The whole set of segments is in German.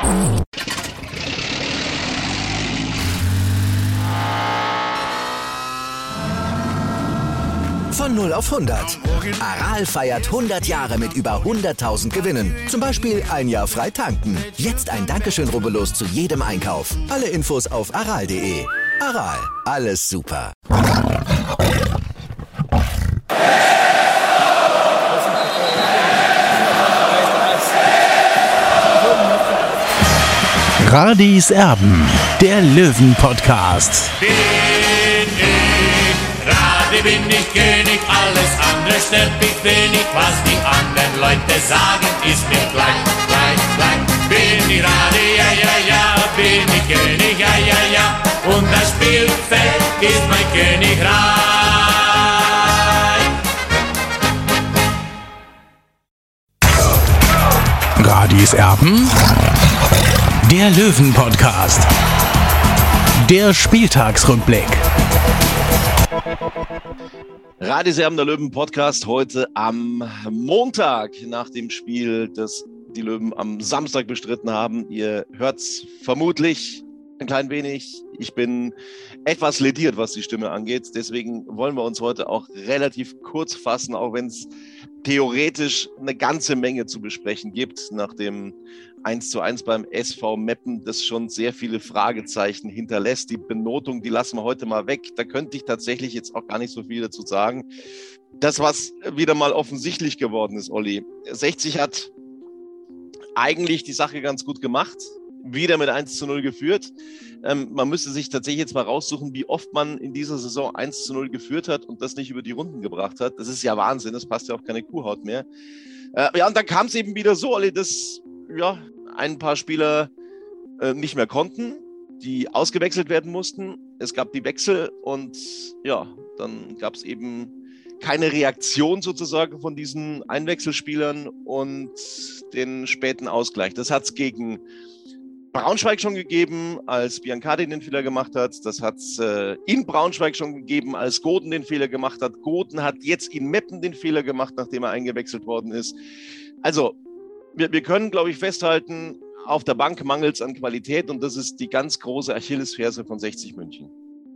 Von 0 auf 100. Aral feiert 100 Jahre mit über 100.000 Gewinnen. Zum Beispiel ein Jahr frei tanken. Jetzt ein Dankeschön, rubbellos zu jedem Einkauf. Alle Infos auf aral.de. Aral, alles super. Radis Erben, der Löwen-Podcast. Bin ich König, alles andere stört mich wenig. Was die anderen Leute sagen, ist mir gleich. Bin ich Rade, ja, bin ich König, ja. Und das Spielfeld ist mein Königreich. Radis Erben, der Löwen-Podcast. Der Spieltagsrückblick. Radis Erben, der Löwen-Podcast, heute am Montag nach dem Spiel, das die Löwen am Samstag bestritten haben. Ihr hört es vermutlich ein klein wenig. Ich bin etwas lediert, was die Stimme angeht. Deswegen wollen wir uns heute auch relativ kurz fassen, auch wenn es theoretisch eine ganze Menge zu besprechen gibt, nach dem 1:1 beim SV Meppen, das schon sehr viele Fragezeichen hinterlässt. Die Benotung, die lassen wir heute mal weg. Da könnte ich tatsächlich jetzt auch gar nicht so viel dazu sagen. Das, was wieder mal offensichtlich geworden ist, Olli. 60 hat eigentlich die Sache ganz gut gemacht. Wieder mit 1:0 geführt. Man müsste sich tatsächlich jetzt mal raussuchen, wie oft man in dieser Saison 1:0 geführt hat und das nicht über die Runden gebracht hat. Das ist ja Wahnsinn, das passt ja auf keine Kuhhaut mehr. Ja, und dann kam es eben wieder so, Olli, dass ein paar Spieler nicht mehr konnten, die ausgewechselt werden mussten. Es gab die Wechsel und ja, dann gab es eben keine Reaktion sozusagen von diesen Einwechselspielern und den späten Ausgleich. Das hat es gegen Braunschweig schon gegeben, als Biancardi den Fehler gemacht hat. Das hat es in Braunschweig schon gegeben, als Gothen den Fehler gemacht hat. Gothen hat jetzt in Meppen den Fehler gemacht, nachdem er eingewechselt worden ist. Also, wir können, glaube ich, festhalten, auf der Bank mangelt es an Qualität und das ist die ganz große Achillesferse von 60 München.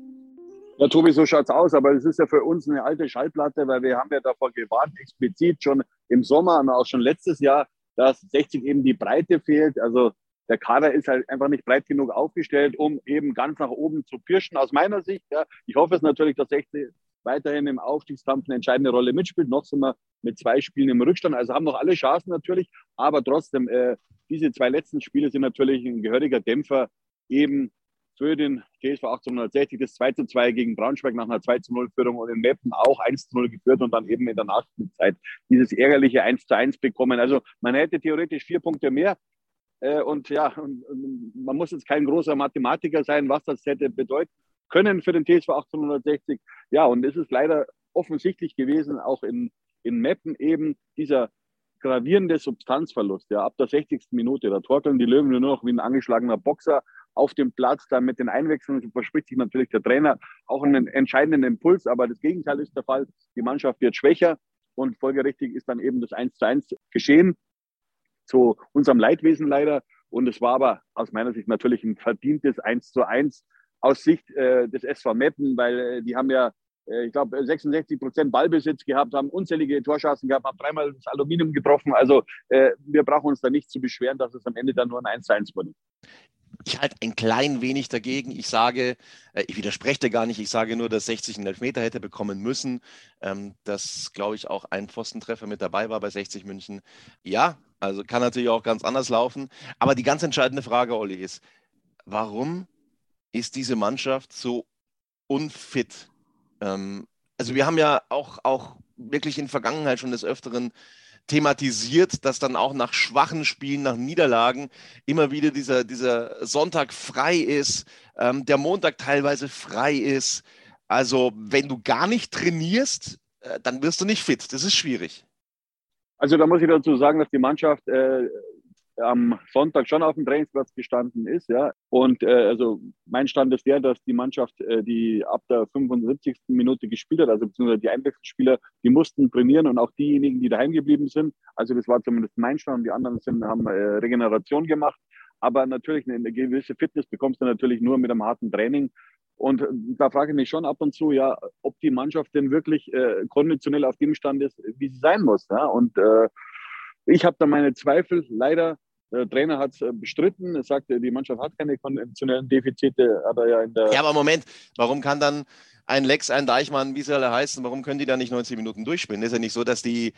Ja, Tobi, so schaut's aus, aber es ist ja für uns eine alte Schallplatte, weil wir haben ja davor gewarnt, explizit schon im Sommer und auch schon letztes Jahr, dass 60 eben die Breite fehlt. Also der Kader ist halt einfach nicht breit genug aufgestellt, um eben ganz nach oben zu pirschen. Aus meiner Sicht, ja, ich hoffe es natürlich, dass 60 weiterhin im Aufstiegskampf eine entscheidende Rolle mitspielt. Noch sind wir mit 2 Spielen im Rückstand, also haben noch alle Chancen natürlich, aber trotzdem, diese 2 letzten Spiele sind natürlich ein gehöriger Dämpfer eben für den TSV 1860, das 2:2 gegen Braunschweig nach einer 2:0-Führung und in Meppen auch 1:0 geführt und dann eben in der Nachspielzeit dieses ärgerliche 1:1 bekommen. Also man hätte theoretisch 4 Punkte mehr. Und man muss jetzt kein großer Mathematiker sein, was das hätte bedeuten können für den TSV 1860. Ja, und es ist leider offensichtlich gewesen, auch in Meppen eben dieser gravierende Substanzverlust. Ja, ab der 60. Minute, da torkeln die Löwen nur noch wie ein angeschlagener Boxer auf dem Platz. Dann mit den Einwechslungen verspricht sich natürlich der Trainer auch einen entscheidenden Impuls, aber das Gegenteil ist der Fall. Die Mannschaft wird schwächer und folgerichtig ist dann eben das 1:1 geschehen. Zu unserem Leidwesen leider. Und es war aber aus meiner Sicht natürlich ein verdientes 1:1 aus Sicht des SV Meppen, weil die haben ja, ich glaube, 66% Ballbesitz gehabt, haben unzählige Torchancen gehabt, haben 3-mal das Aluminium getroffen. Also wir brauchen uns da nicht zu beschweren, dass es am Ende dann nur ein 1:1 wurde. Ich halte ein klein wenig dagegen. Ich sage, ich widerspreche dir gar nicht, ich sage nur, dass 60 einen Elfmeter hätte bekommen müssen. Dass, glaube ich, auch ein Pfostentreffer mit dabei war bei 60 München. Ja, also kann natürlich auch ganz anders laufen. Aber die ganz entscheidende Frage, Olli, ist, warum ist diese Mannschaft so unfit? Also wir haben ja auch wirklich in der Vergangenheit schon des Öfteren thematisiert, dass dann auch nach schwachen Spielen, nach Niederlagen immer wieder dieser Sonntag frei ist, der Montag teilweise frei ist. Also wenn du gar nicht trainierst, dann wirst du nicht fit. Das ist schwierig. Also da muss ich dazu sagen, dass die Mannschaft am Sonntag schon auf dem Trainingsplatz gestanden ist. Ja. Und also mein Stand ist der, dass die Mannschaft, die ab der 75. Minute gespielt hat, also beziehungsweise die Einwechselspieler, die mussten trainieren und auch diejenigen, die daheim geblieben sind. Also das war zumindest mein Stand. Die anderen haben Regeneration gemacht. aber natürlich eine gewisse Fitness bekommst du natürlich nur mit einem harten Training. Und da frage ich mich schon ab und zu, ja, ob die Mannschaft denn wirklich konditionell auf dem Stand ist, wie sie sein muss. Ja? Und ich habe da meine Zweifel. Leider, der Trainer hat es bestritten. Er sagte, die Mannschaft hat keine konditionellen Defizite. Aber aber Moment, warum kann dann ein Lex, ein Deichmann, wie sie alle heißen, warum können die da nicht 90 Minuten durchspielen? Das ist ja nicht so, dass die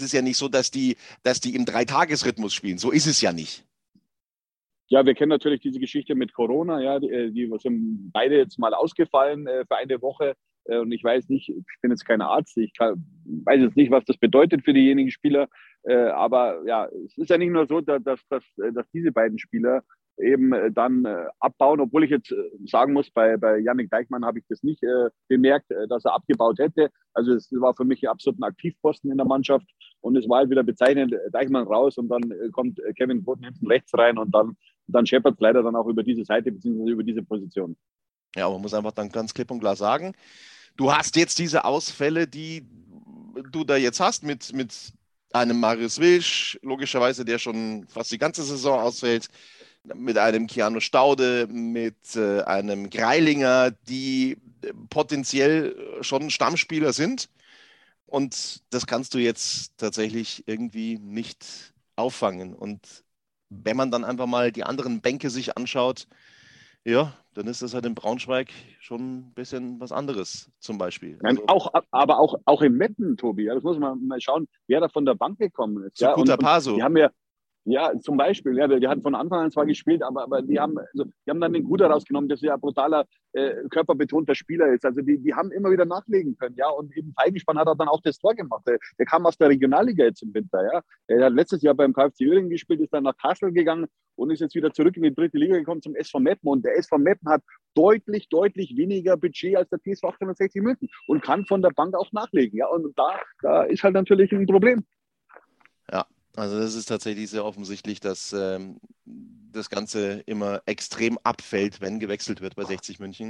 im Dreitagesrhythmus spielen. So ist es ja nicht. Ja, wir kennen natürlich diese Geschichte mit Corona. Ja, die sind beide jetzt mal ausgefallen für eine Woche. Und ich weiß nicht, ich bin jetzt kein Arzt, weiß jetzt nicht, was das bedeutet für diejenigen Spieler. Aber ja, es ist ja nicht nur so, dass diese beiden Spieler eben dann abbauen, obwohl ich jetzt sagen muss, bei Yannick Deichmann habe ich das nicht bemerkt, dass er abgebaut hätte. Also es war für mich absolut ein Aktivposten in der Mannschaft und es war halt wieder bezeichnend, Deichmann raus und dann kommt Kevin Gordon hinten rechts rein und dann scheppert es leider dann auch über diese Seite bzw. über diese Position. Ja, man muss einfach dann ganz klipp und klar sagen, du hast jetzt diese Ausfälle, die du da jetzt hast mit einem Marius Wilsch, logischerweise, der schon fast die ganze Saison ausfällt, mit einem Keanu Staude, mit einem Greilinger, die potenziell schon Stammspieler sind. Und das kannst du jetzt tatsächlich irgendwie nicht auffangen. Und wenn man dann einfach mal die anderen Bänke sich anschaut, ja, dann ist das halt in Braunschweig schon ein bisschen was anderes, zum Beispiel. Also, aber auch im Meppen, Tobi. Ja, das muss man mal schauen, wer da von der Bank gekommen ist. So guter Paso. Die haben ja, zum Beispiel, ja, die hatten von Anfang an zwar gespielt, aber die haben dann den Guter rausgenommen, dass er ein brutaler, körperbetonter Spieler ist. Also die haben immer wieder nachlegen können, ja. Und eben Feigenspahn hat er dann auch das Tor gemacht. Der kam aus der Regionalliga jetzt im Winter, ja. Er hat letztes Jahr beim KFC Uerdingen gespielt, ist dann nach Kassel gegangen und ist jetzt wieder zurück in die dritte Liga gekommen zum SV Meppen. Und der SV Meppen hat deutlich weniger Budget als der TSV 1860 München und kann von der Bank auch nachlegen, ja. Und da ist halt natürlich ein Problem. Ja. Also das ist tatsächlich sehr offensichtlich, dass das Ganze immer extrem abfällt, wenn gewechselt wird bei 60 München.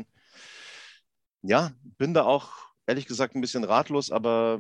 Ja, bin da auch ehrlich gesagt ein bisschen ratlos, aber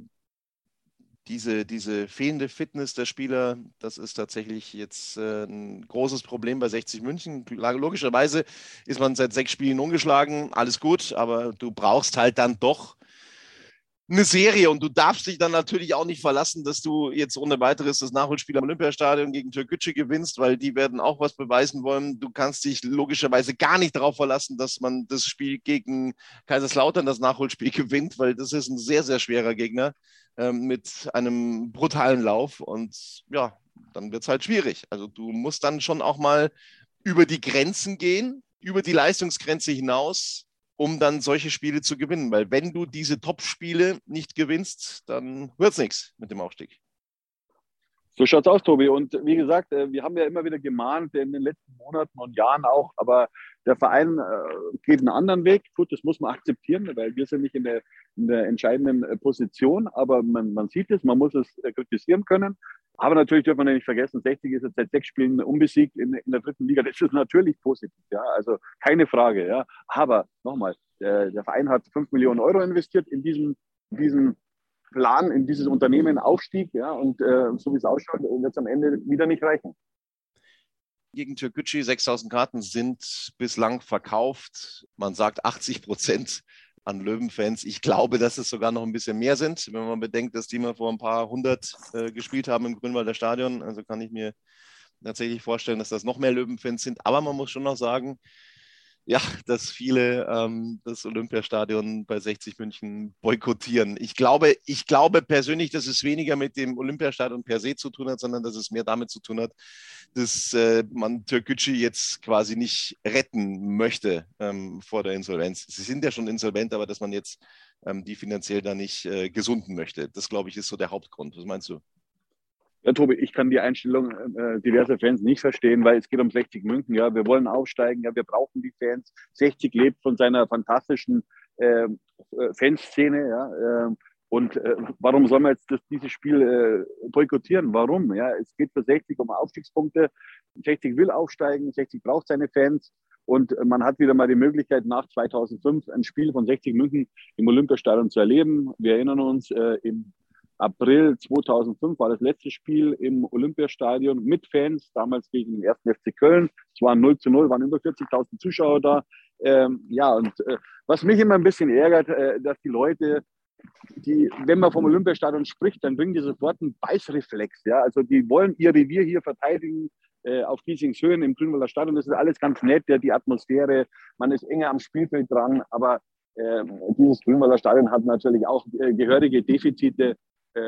diese fehlende Fitness der Spieler, das ist tatsächlich jetzt ein großes Problem bei 60 München. Logischerweise ist man seit 6 Spielen ungeschlagen, alles gut, aber du brauchst halt dann doch eine Serie und du darfst dich dann natürlich auch nicht verlassen, dass du jetzt ohne weiteres das Nachholspiel am Olympiastadion gegen Türkgücü gewinnst, weil die werden auch was beweisen wollen. Du kannst dich logischerweise gar nicht darauf verlassen, dass man das Spiel gegen Kaiserslautern, das Nachholspiel, gewinnt, weil das ist ein sehr, sehr schwerer Gegner mit einem brutalen Lauf und ja, dann wird es halt schwierig. Also du musst dann schon auch mal über die Grenzen gehen, über die Leistungsgrenze hinaus, um dann solche Spiele zu gewinnen. Weil wenn du diese Top-Spiele nicht gewinnst, dann wird es nichts mit dem Aufstieg. So schaut's aus, Tobi. Und wie gesagt, wir haben ja immer wieder gemahnt in den letzten Monaten und Jahren auch, aber der Verein geht einen anderen Weg. Gut, das muss man akzeptieren, weil wir sind nicht in der entscheidenden Position, aber man sieht es, man muss es kritisieren können. Aber natürlich dürfen wir nicht vergessen, 60 ist jetzt seit 6 Spielen unbesiegt in der dritten Liga. Das ist natürlich positiv, ja, also keine Frage, ja. Aber nochmal, der Verein hat 5 Millionen Euro investiert in diesen Plan, in dieses Unternehmen Aufstieg, ja, und so wie es ausschaut, wird es am Ende wieder nicht reichen. Gegen Türkgücü 6.000 Karten sind bislang verkauft. Man sagt 80% an Löwenfans. Ich glaube, dass es sogar noch ein bisschen mehr sind, wenn man bedenkt, dass die mal vor ein paar 100 gespielt haben im Grünwalder Stadion. Also kann ich mir tatsächlich vorstellen, dass das noch mehr Löwenfans sind. Aber man muss schon noch sagen, ja, dass viele das Olympiastadion bei 60 München boykottieren. Ich glaube persönlich, dass es weniger mit dem Olympiastadion per se zu tun hat, sondern dass es mehr damit zu tun hat, dass man Türkgücü jetzt quasi nicht retten möchte vor der Insolvenz. Sie sind ja schon insolvent, aber dass man jetzt die finanziell da nicht gesunden möchte. Das, glaube ich, ist so der Hauptgrund. Was meinst du? Ja, Tobi, ich kann die Einstellung diverser Fans nicht verstehen, weil es geht um 60 München. Ja, wir wollen aufsteigen, ja, wir brauchen die Fans. 60 lebt von seiner fantastischen Fanszene. Ja, und warum soll man jetzt dieses Spiel boykottieren? Warum? Ja, es geht für 60 um Aufstiegspunkte. 60 will aufsteigen, 60 braucht seine Fans. Und man hat wieder mal die Möglichkeit, nach 2005 ein Spiel von 60 München im Olympiastadion zu erleben. Wir erinnern uns, im April 2005 war das letzte Spiel im Olympiastadion mit Fans, damals gegen den 1. FC Köln. Es war 0:0, waren über 40.000 Zuschauer da. Was mich immer ein bisschen ärgert, dass die Leute, wenn man vom Olympiastadion spricht, dann bringen die sofort einen Beißreflex. Ja? Also die wollen ihr Revier hier verteidigen auf Giesingshöhen im Grünwalder Stadion. Das ist alles ganz nett, ja, die Atmosphäre, man ist enger am Spielfeld dran, aber dieses Grünwalder Stadion hat natürlich auch gehörige Defizite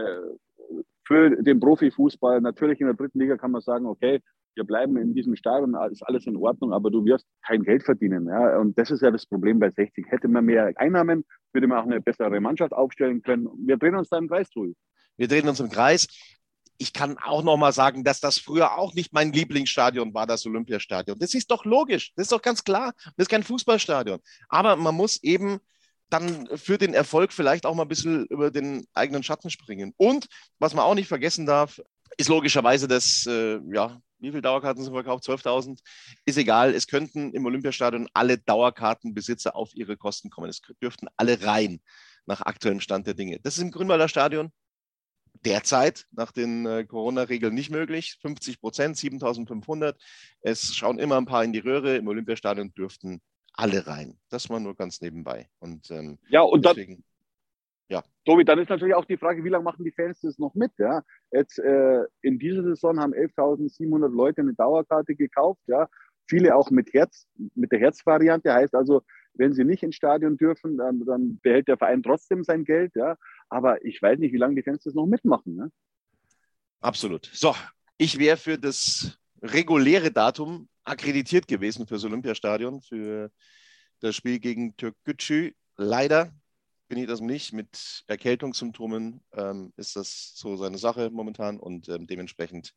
für den Profifußball. Natürlich in der 3. Liga kann man sagen, okay, wir bleiben in diesem Stadion, ist alles in Ordnung, aber du wirst kein Geld verdienen. Ja? Und das ist ja das Problem bei 60. Hätte man mehr Einnahmen, würde man auch eine bessere Mannschaft aufstellen können. Wir drehen uns da im Kreis, Tobi. Wir drehen uns im Kreis. Ich kann auch noch mal sagen, dass das früher auch nicht mein Lieblingsstadion war, das Olympiastadion. Das ist doch logisch, das ist doch ganz klar. Das ist kein Fußballstadion. Aber man muss eben dann für den Erfolg vielleicht auch mal ein bisschen über den eigenen Schatten springen. Und was man auch nicht vergessen darf, ist logischerweise, dass, wie viele Dauerkarten sind verkauft? 12.000? Ist egal, es könnten im Olympiastadion alle Dauerkartenbesitzer auf ihre Kosten kommen. Es dürften alle rein nach aktuellem Stand der Dinge. Das ist im Grünwalder Stadion derzeit nach den Corona-Regeln nicht möglich. 50%, 7.500. Es schauen immer ein paar in die Röhre. Im Olympiastadion dürften alle rein. Das war nur ganz nebenbei. Und deswegen, Tobi, dann ist natürlich auch die Frage, wie lange machen die Fans das noch mit? Ja? Jetzt in dieser Saison haben 11.700 Leute eine Dauerkarte gekauft. Ja? Viele auch mit der Herzvariante. Heißt also, wenn sie nicht ins Stadion dürfen, dann behält der Verein trotzdem sein Geld. Ja? Aber ich weiß nicht, wie lange die Fans das noch mitmachen. Ne? Absolut. So, ich wäre für das reguläre Datum akkreditiert gewesen für das Olympiastadion, für das Spiel gegen Türkgücü. Leider bin ich das nicht. Mit Erkältungssymptomen ist das so seine Sache momentan und dementsprechend,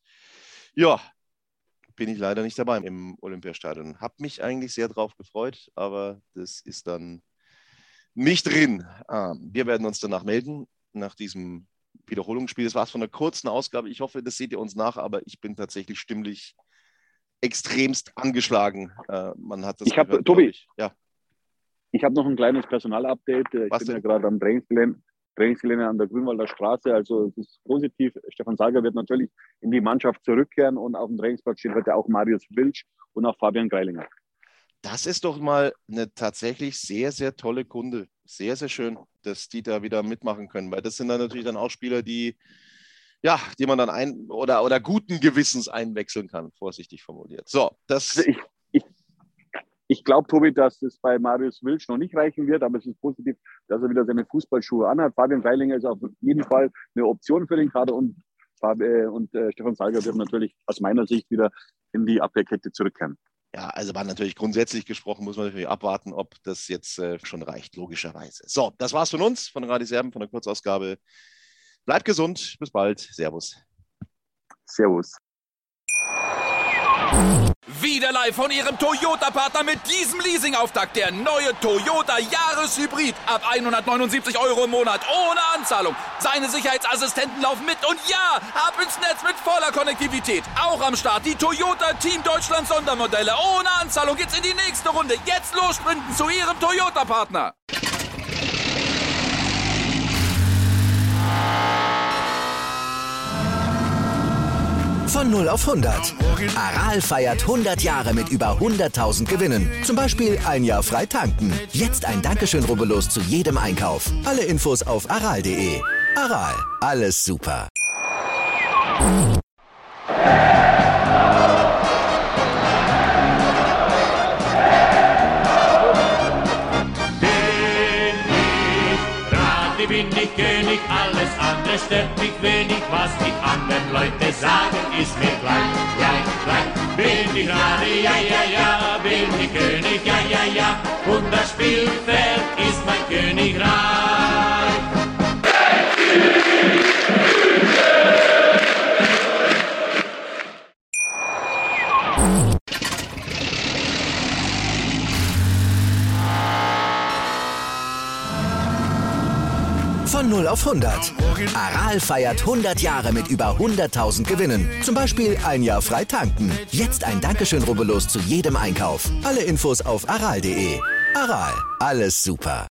bin ich leider nicht dabei im Olympiastadion. Habe mich eigentlich sehr drauf gefreut, aber das ist dann nicht drin. Wir werden uns danach melden, nach diesem Wiederholungsspiel. Das war es von einer kurzen Ausgabe. Ich hoffe, das seht ihr uns nach, aber ich bin tatsächlich stimmlich extremst angeschlagen. Man hat das gehört, Tobi, ich habe noch ein kleines Personalupdate. Ich bin ja gerade am Trainingsgelände an der Grünwalder Straße. Also es ist positiv. Stefan Salger wird natürlich in die Mannschaft zurückkehren und auf dem Trainingsplatz steht heute auch Marius Wilsch und auch Fabian Greilinger. Das ist doch mal eine tatsächlich sehr, sehr tolle Kunde. Sehr, sehr schön, dass die da wieder mitmachen können, weil das sind dann natürlich dann auch Spieler, die man dann oder guten Gewissens einwechseln kann, vorsichtig formuliert. So, das... Ich glaube, Tobi, dass es bei Marius Wilsch noch nicht reichen wird, aber es ist positiv, dass er wieder seine Fußballschuhe anhat. Fabian Greilinger ist auf jeden Fall eine Option für den Kader und Stefan Salger wird natürlich aus meiner Sicht wieder in die Abwehrkette zurückkehren. Ja, also war natürlich grundsätzlich gesprochen, muss man natürlich abwarten, ob das jetzt schon reicht, logischerweise. So, das war's von uns, von Radies Erben, von der Kurzausgabe. Bleibt gesund, bis bald. Servus. Servus. Wieder live von Ihrem Toyota-Partner mit diesem Leasing-Auftakt. Der neue Toyota Jahreshybrid. Ab 179 € im Monat. Ohne Anzahlung. Seine Sicherheitsassistenten laufen mit. Und ja, ab ins Netz mit voller Konnektivität. Auch am Start die Toyota Team Deutschland Sondermodelle. Ohne Anzahlung geht's in die nächste Runde. Jetzt los sprinten zu Ihrem Toyota-Partner. Von 0 auf 100. Aral feiert 100 Jahre mit über 100.000 Gewinnen. Zum Beispiel ein Jahr frei tanken. Jetzt ein Dankeschön, rubbellos zu jedem Einkauf. Alle Infos auf aral.de. Aral, alles super. Bin ich König, alles andere stört mich wenig, was die anderen Leute sagen, ist mir gleich. Bin ich Rade, ja, bin ich König, ja, und das Spielfeld ist mein Königreich. Von 0 auf 100. Aral feiert 100 Jahre mit über 100.000 Gewinnen. Zum Beispiel ein Jahr frei tanken. Jetzt ein Dankeschön, rubbellos zu jedem Einkauf. Alle Infos auf aral.de. Aral, alles super.